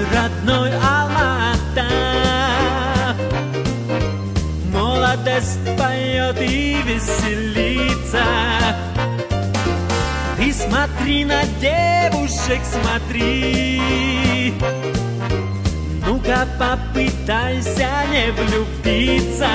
родной Алма-Ата. Молодость поет и веселится. Ты смотри на девушек, смотри. Ну-ка попытайся не влюбиться.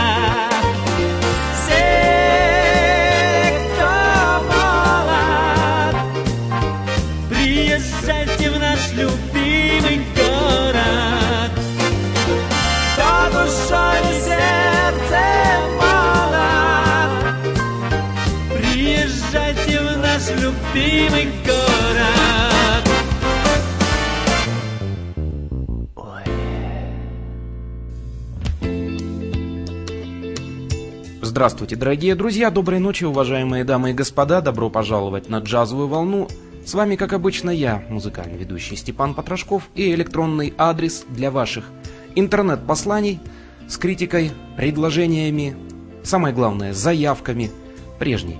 Все, кто молод, приезжайте в наш любимый город. Кто душой и сердцем молод, приезжайте в наш любимый город. Здравствуйте, дорогие друзья, доброй ночи, уважаемые дамы и господа, добро пожаловать на джазовую волну. С вами, как обычно, я, музыкальный ведущий Степан Потрошков, и электронный адрес для ваших интернет-посланий с критикой, предложениями, самое главное, заявками, прежний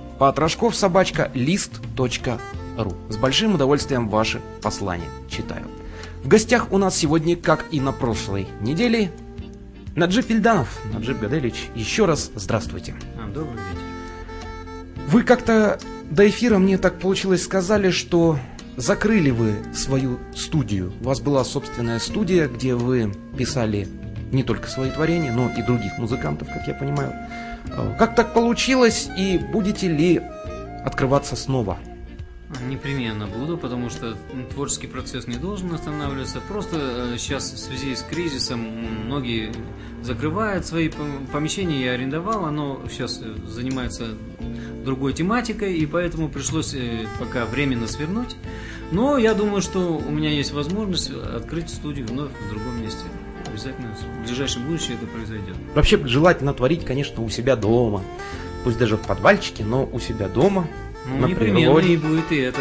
potрошков@list.ru. С большим удовольствием ваши послания читаю. В гостях у нас сегодня, как и на прошлой неделе, Наджиб Вильданов. Наджиб Гаделич, еще раз здравствуйте. Добрый вечер. Вы как-то до эфира, мне так получилось, сказали, что закрыли вы свою студию. У вас была собственная студия, где вы писали не только свои творения, но и других музыкантов, как я понимаю. Как так получилось и будете ли открываться снова? Непременно буду, потому что творческий процесс не должен останавливаться. Просто сейчас в связи с кризисом многие закрывают свои помещения. Я арендовал, оно сейчас занимается другой тематикой, и поэтому пришлось пока временно свернуть. Но я думаю, что у меня есть возможность открыть студию вновь в другом месте. Обязательно в ближайшем будущем это произойдет. Вообще желательно творить, конечно, у себя дома. Пусть даже в подвальчике, но у себя дома. Ну, непременно и будет и это.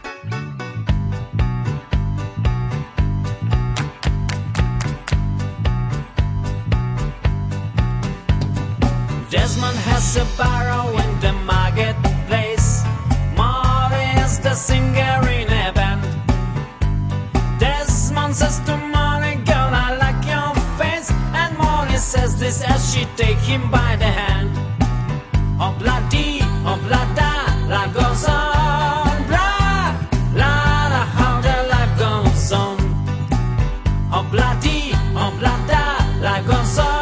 Desmond has a barrow in the marketplace. Molly is the singer in a band. Desmond says to Molly, girl, I like your face. And Molly says this as she take him by the hand. Obladi, oblada, life goes on. Blah, la, la, how the life goes on. Obladi, oblada, life goes on.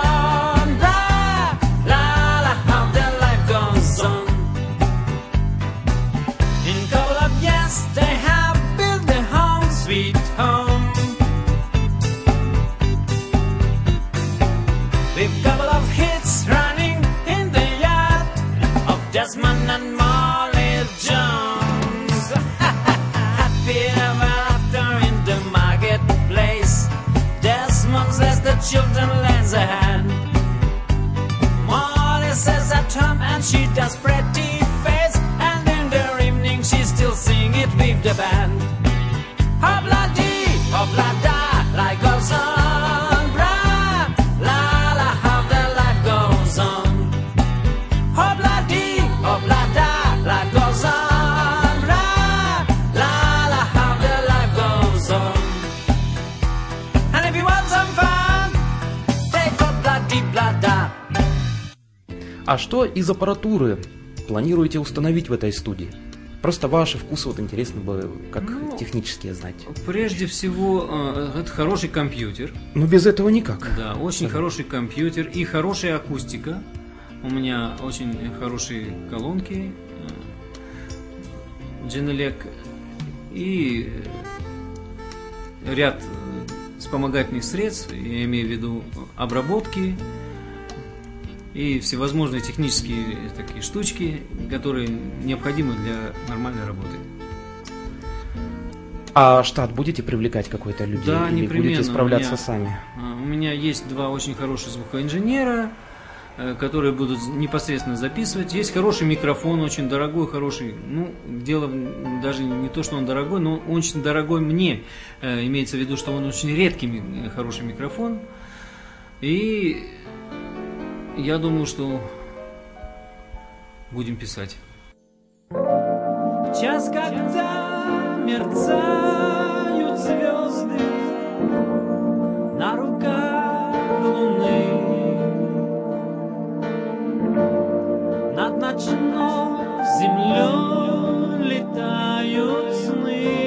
They have built their home, sweet home. With a couple of hits running in the yard of Desmond and Molly Jones. Happy ever after in the marketplace. Desmond says the children lends a hand. Molly says at home and she does pretty face. And in the evening she still sing it with the band. Hobla-dee, hobla-da, life goes on. Bra, la, la, how the life goes on. Hobla-dee, hobla-da, life goes on. Bra, la, la, how the life goes on. And if you want some fun, take hobla-dee-bla-da. А что из аппаратуры планируете установить в этой студии? Просто ваши вкусы, вот интересно бы, как технически знать. Прежде всего, это хороший компьютер. Но без этого никак. Да, очень хороший компьютер и хорошая акустика. У меня очень хорошие колонки Genelec и ряд вспомогательных средств, я имею в виду обработки и всевозможные технические такие штучки, которые необходимы для нормальной работы. А штат будете привлекать какой-то людей? Да, или непременно. Будете справляться сами? У меня есть два очень хороших звукоинженера, которые будут непосредственно записывать. Есть хороший микрофон, очень дорогой, хороший. Ну, дело даже не то, что он дорогой, но он очень дорогой мне. Имеется в виду, что он очень редкий хороший микрофон. И я думаю, что будем писать. Час, когда мерцают звезды, на руках луны, над ночной землей летают сны.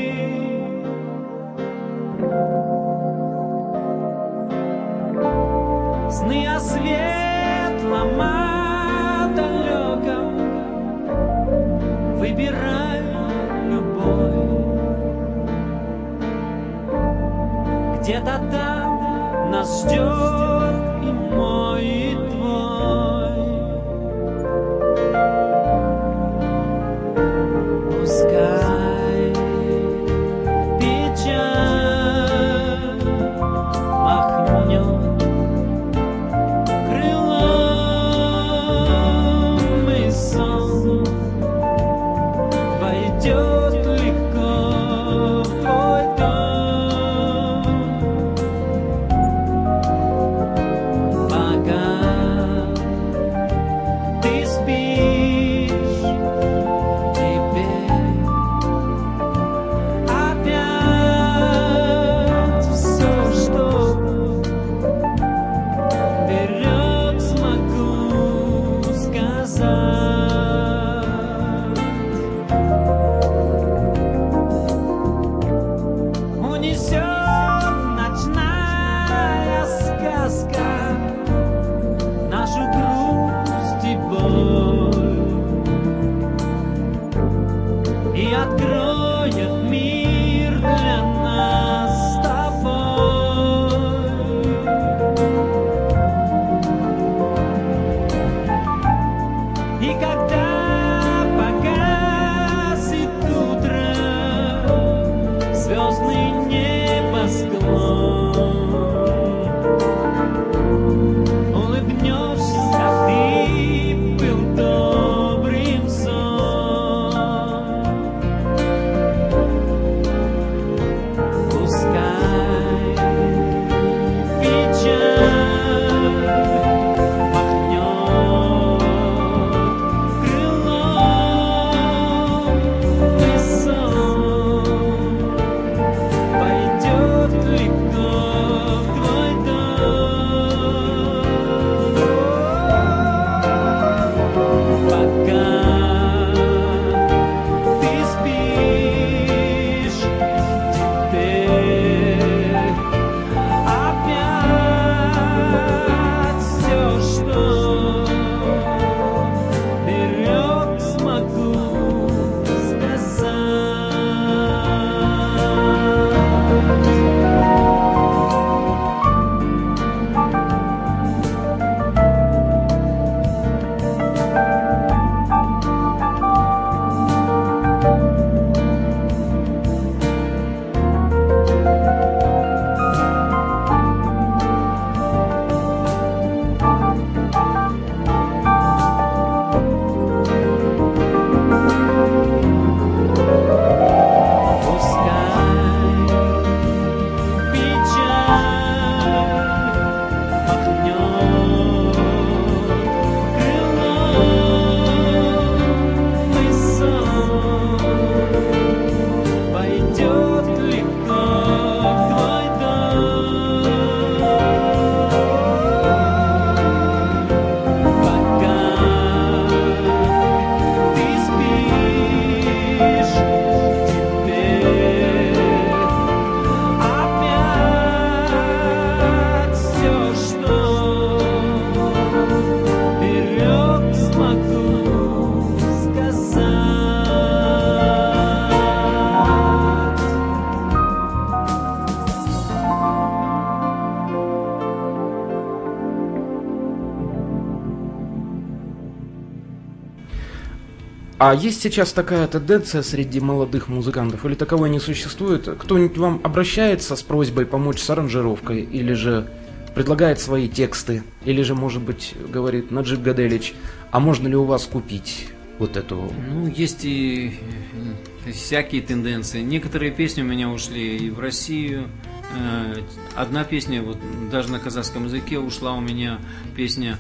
Сны о светлом, о далеком, выбираю любовь. Где-то там нас ждет и мой, и твой. Пускай печаль махнет крылом, и сон войдет легко в твой дом. Пока ты спишь, теперь опять все, что вперед смогу сказать. Унесет ночная сказка нашу грусть и боль и откроет мир для нас с тобой. И когда погасит утро звездный небосклон, улыбнешься ты, был добрым сон. Пускай печаль махнет крылом, и сон пойдет легко в твой дом. Пока ты спишь, теперь опять все, что вперед смогу сказать. Пускай печаль махнет крылом, и сон пойдет легко в твой дом. Пока ты спишь, теперь опять все, что вперед смогу сказать. А есть сейчас такая тенденция среди молодых музыкантов, или таковой не существует? Кто-нибудь вам обращается с просьбой помочь с аранжировкой, или же предлагает свои тексты, или же, может быть, говорит: Наджиб Гаделич, а можно ли у вас купить вот эту? Ну, есть и всякие тенденции. Некоторые песни у меня ушли и в Россию. Одна песня, вот даже на казахском языке ушла у меня песня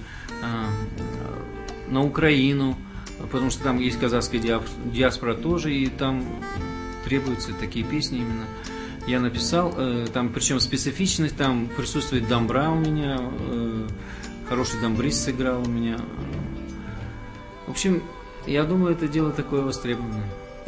на Украину, потому что там есть казахская диаспора тоже, и там требуются такие песни именно. я написал. Там, причем специфичность, там присутствует дамбра у меня, хороший дамбрист сыграл у меня. В общем, я думаю, это дело такое востребованное.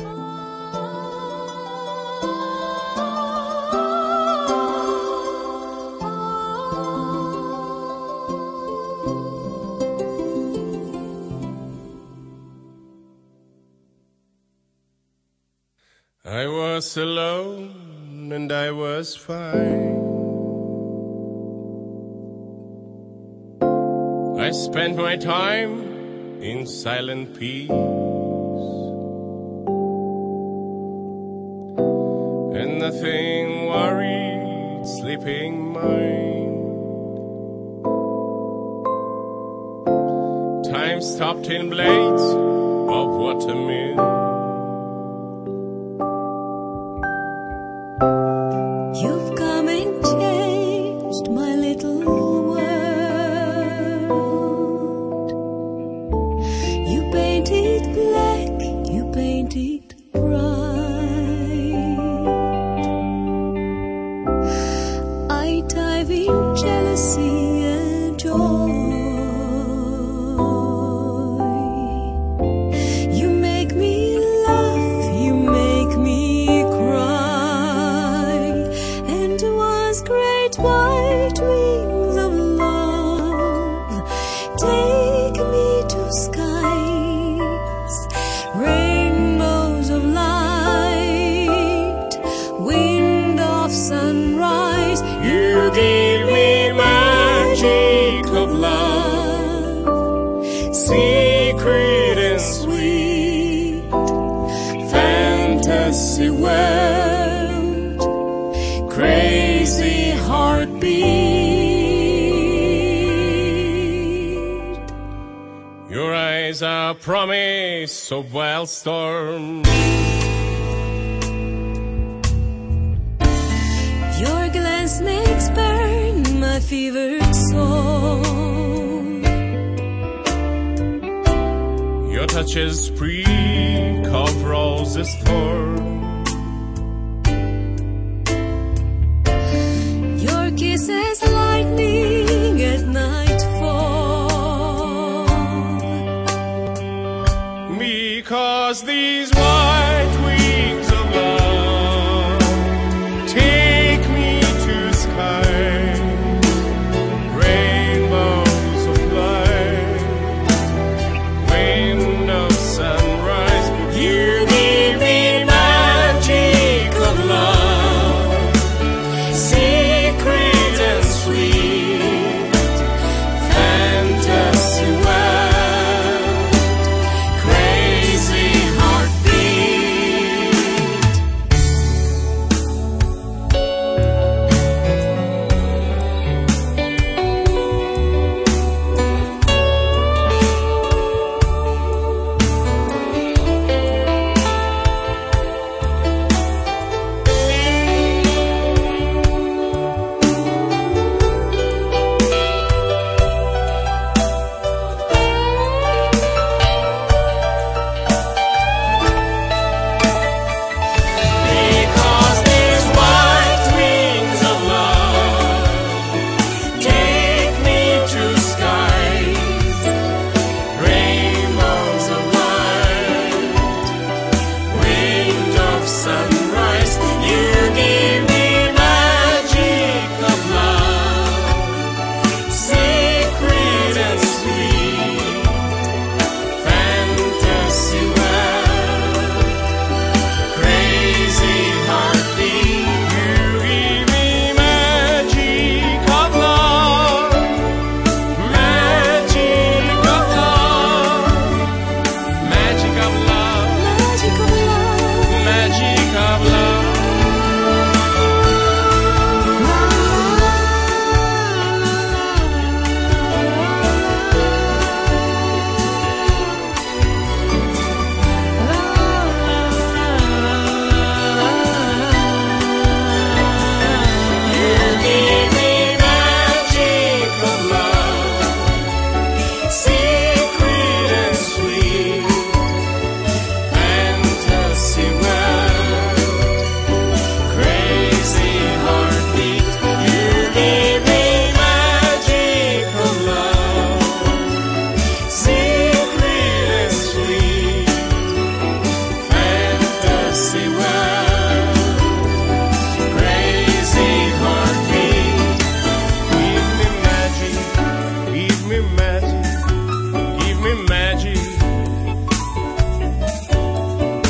I was alone and I was fine. I spent my time in silent peace, and nothing worried sleeping mind. Time stopped in blades of watermill. You've come and changed my little world. You painted black, you painted bright. I dive in jealousy and joy. You make me laugh, you make me cry. And once great white wings of love take me to skies, rainbows of light, wind of sunrise. You give me magic of love, secret and sweet, fantasy world, crazy heartbeat. Your eyes are promise of wild storm. Your glance makes burn my fevered soul. Your touches speak of roses thorn. Your kisses lightning at nightfall. Because these white wings of love take me to skies, rainbows of light, wind of sunrise. You give me magic of love, secret and sweet, fantasy world, crazy heartbeat.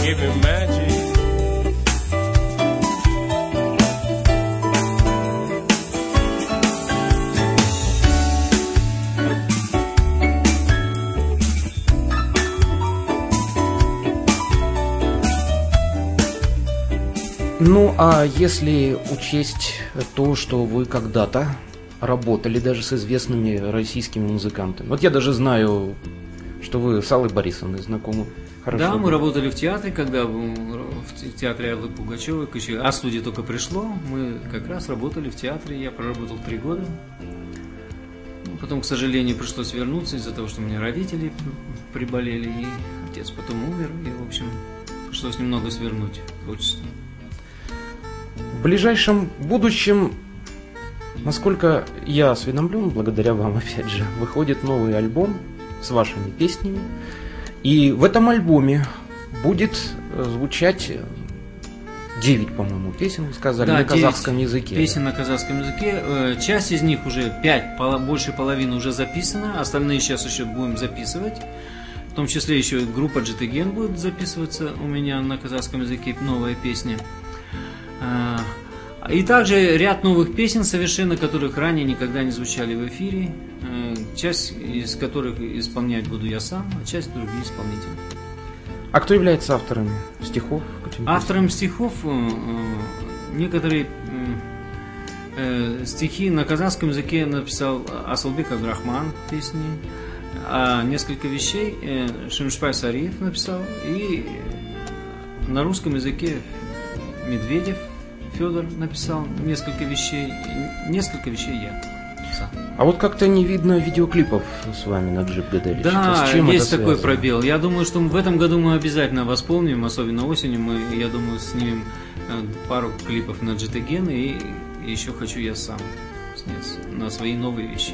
give him magic. Ну, а если учесть то, что вы когда-то работали даже с известными российскими музыкантами. Вот я даже знаю, что вы с Аллой Борисовной знакомы. Хорошо. Да, мы работали в театре, когда в театре Аллы Пугачевой, А-студия только пришло, мы как раз работали в театре, я проработал 3 года. Потом, к сожалению, пришлось вернуться из-за того, что у меня родители приболели, и отец потом умер, и, в общем, пришлось немного свернуть творчество. В ближайшем будущем, насколько я осведомлен, благодаря вам, опять же, выходит новый альбом с вашими песнями. И в этом альбоме будет звучать 9, по-моему, песен, вы сказали, да, на казахском языке. Песен на казахском языке. Часть из них уже 5, больше половины уже записана, остальные сейчас еще будем записывать. В том числе еще группа Джетеген будет записываться у меня на казахском языке, новая песня. И также ряд новых песен совершенно, которых ранее никогда не звучали в эфире. Часть из которых исполнять буду я сам, а часть другие исполнители. А кто является автором стихов? Автором стихов некоторые стихи на казахском языке написал Асылбек Абдрахман песни, а несколько вещей Шемшпай Сариев написал, и на русском языке Медведев Федор написал несколько вещей я сам. А вот как-то не видно видеоклипов с вами на Джип Гаделич. Да, есть такой пробел. Я думаю, что в этом году мы обязательно восполним, особенно осенью. Мы, я думаю, снимем пару клипов на Джетеген, и еще хочу я сам снять на свои новые вещи.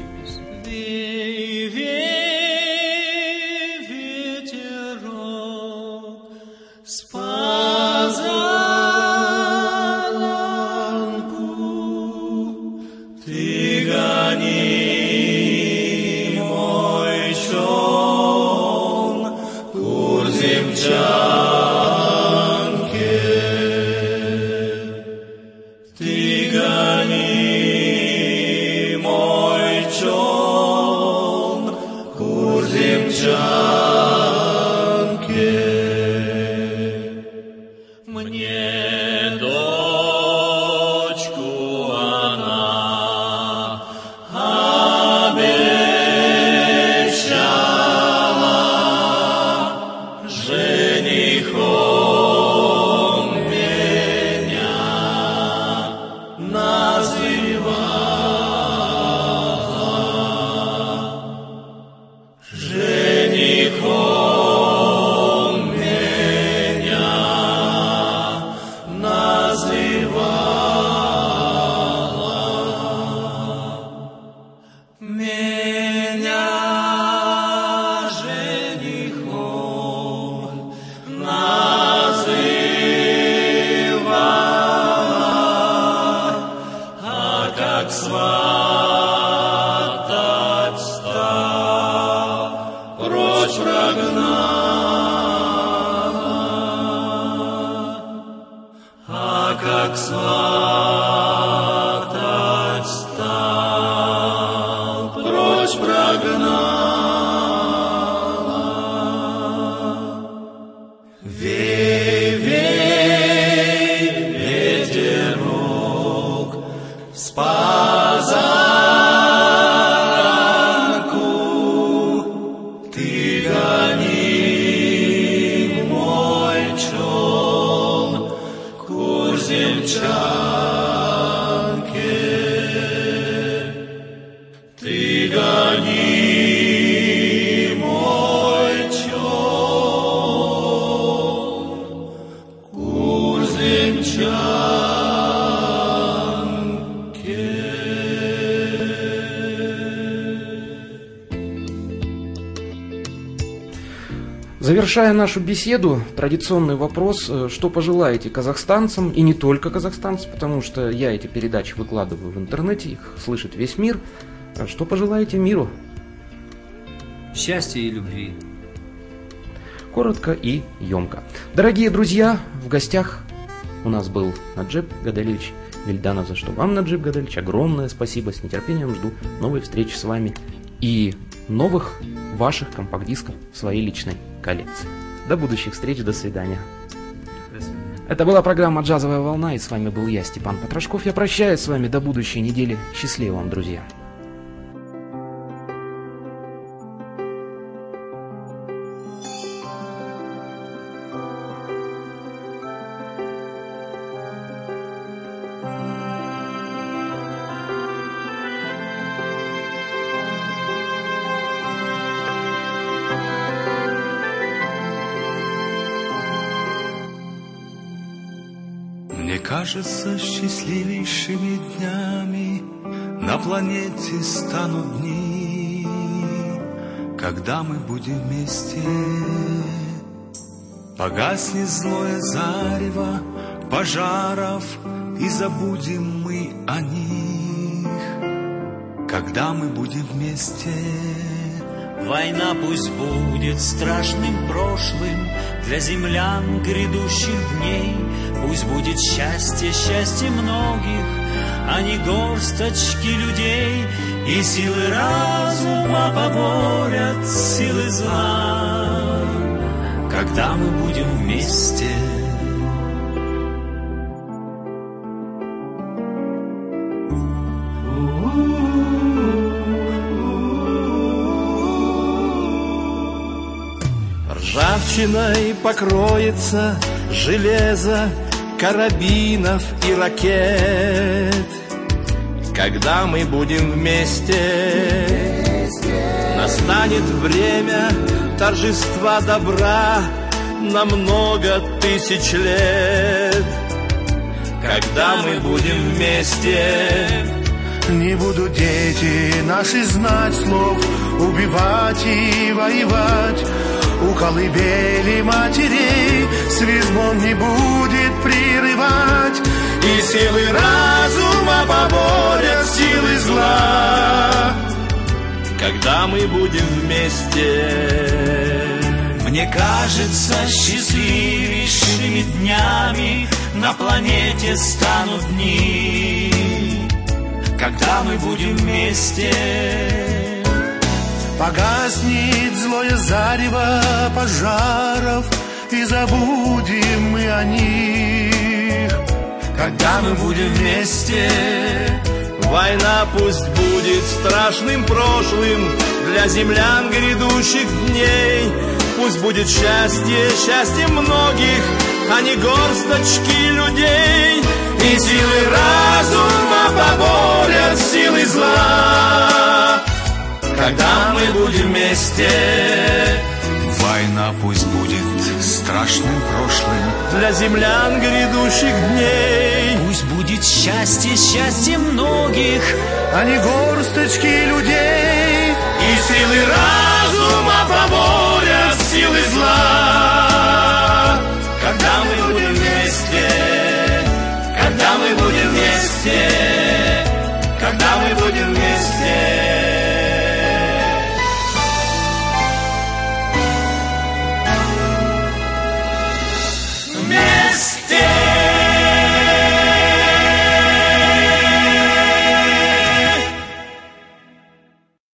Завершая нашу беседу, традиционный вопрос: что пожелаете казахстанцам, и не только казахстанцам, потому что я эти передачи выкладываю в интернете, их слышит весь мир. Что пожелаете миру? Счастья и любви. коротко и емко. Дорогие друзья, в гостях у нас был Наджиб Гаделевич Вильданов, за что вам, Наджиб Гаделевич, огромное спасибо. С нетерпением жду новой встречи с вами и новых ваших компакт-дисков в своей личной коллекции. До будущих встреч, до свидания. Это была программа «Джазовая волна», и с вами был я, Степан Потрошков. Я прощаюсь с вами до будущей недели. Счастливо вам, друзья. Мне кажется, счастливейшими днями на планете станут дни, когда мы будем вместе. Погаснет злое зарево пожаров, и забудем мы о них, когда мы будем вместе. Война пусть будет страшным прошлым для землян грядущих дней. Пусть будет счастье, счастье многих, а не горсточки людей. И силы разума поборят силы зла, когда мы будем вместе. Ржавчиной покроется железо карабинов и ракет, когда мы будем вместе. Настанет время торжества добра на много тысяч лет, когда мы будем вместе. Не будут дети наши знать слов, убивать и воевать. У колыбели матерей свизмон не будет прерывать. И силы разума поборят силы зла, когда мы будем вместе. Мне кажется, счастливейшими днями на планете станут дни, когда мы будем вместе. Погаснет злое зарево пожаров, и забудем мы о них, когда мы будем вместе. Война пусть будет страшным прошлым для землян грядущих дней. Пусть будет счастье, счастье многих, а не горсточки людей. И силы разума поборят силы зла, когда мы будем вместе. Война пусть будет страшным прошлым для землян грядущих дней. Пусть будет счастье, счастье многих, а не горсточки людей. И силы разума поборят силы зла, когда мы будем вместе, когда мы будем вместе.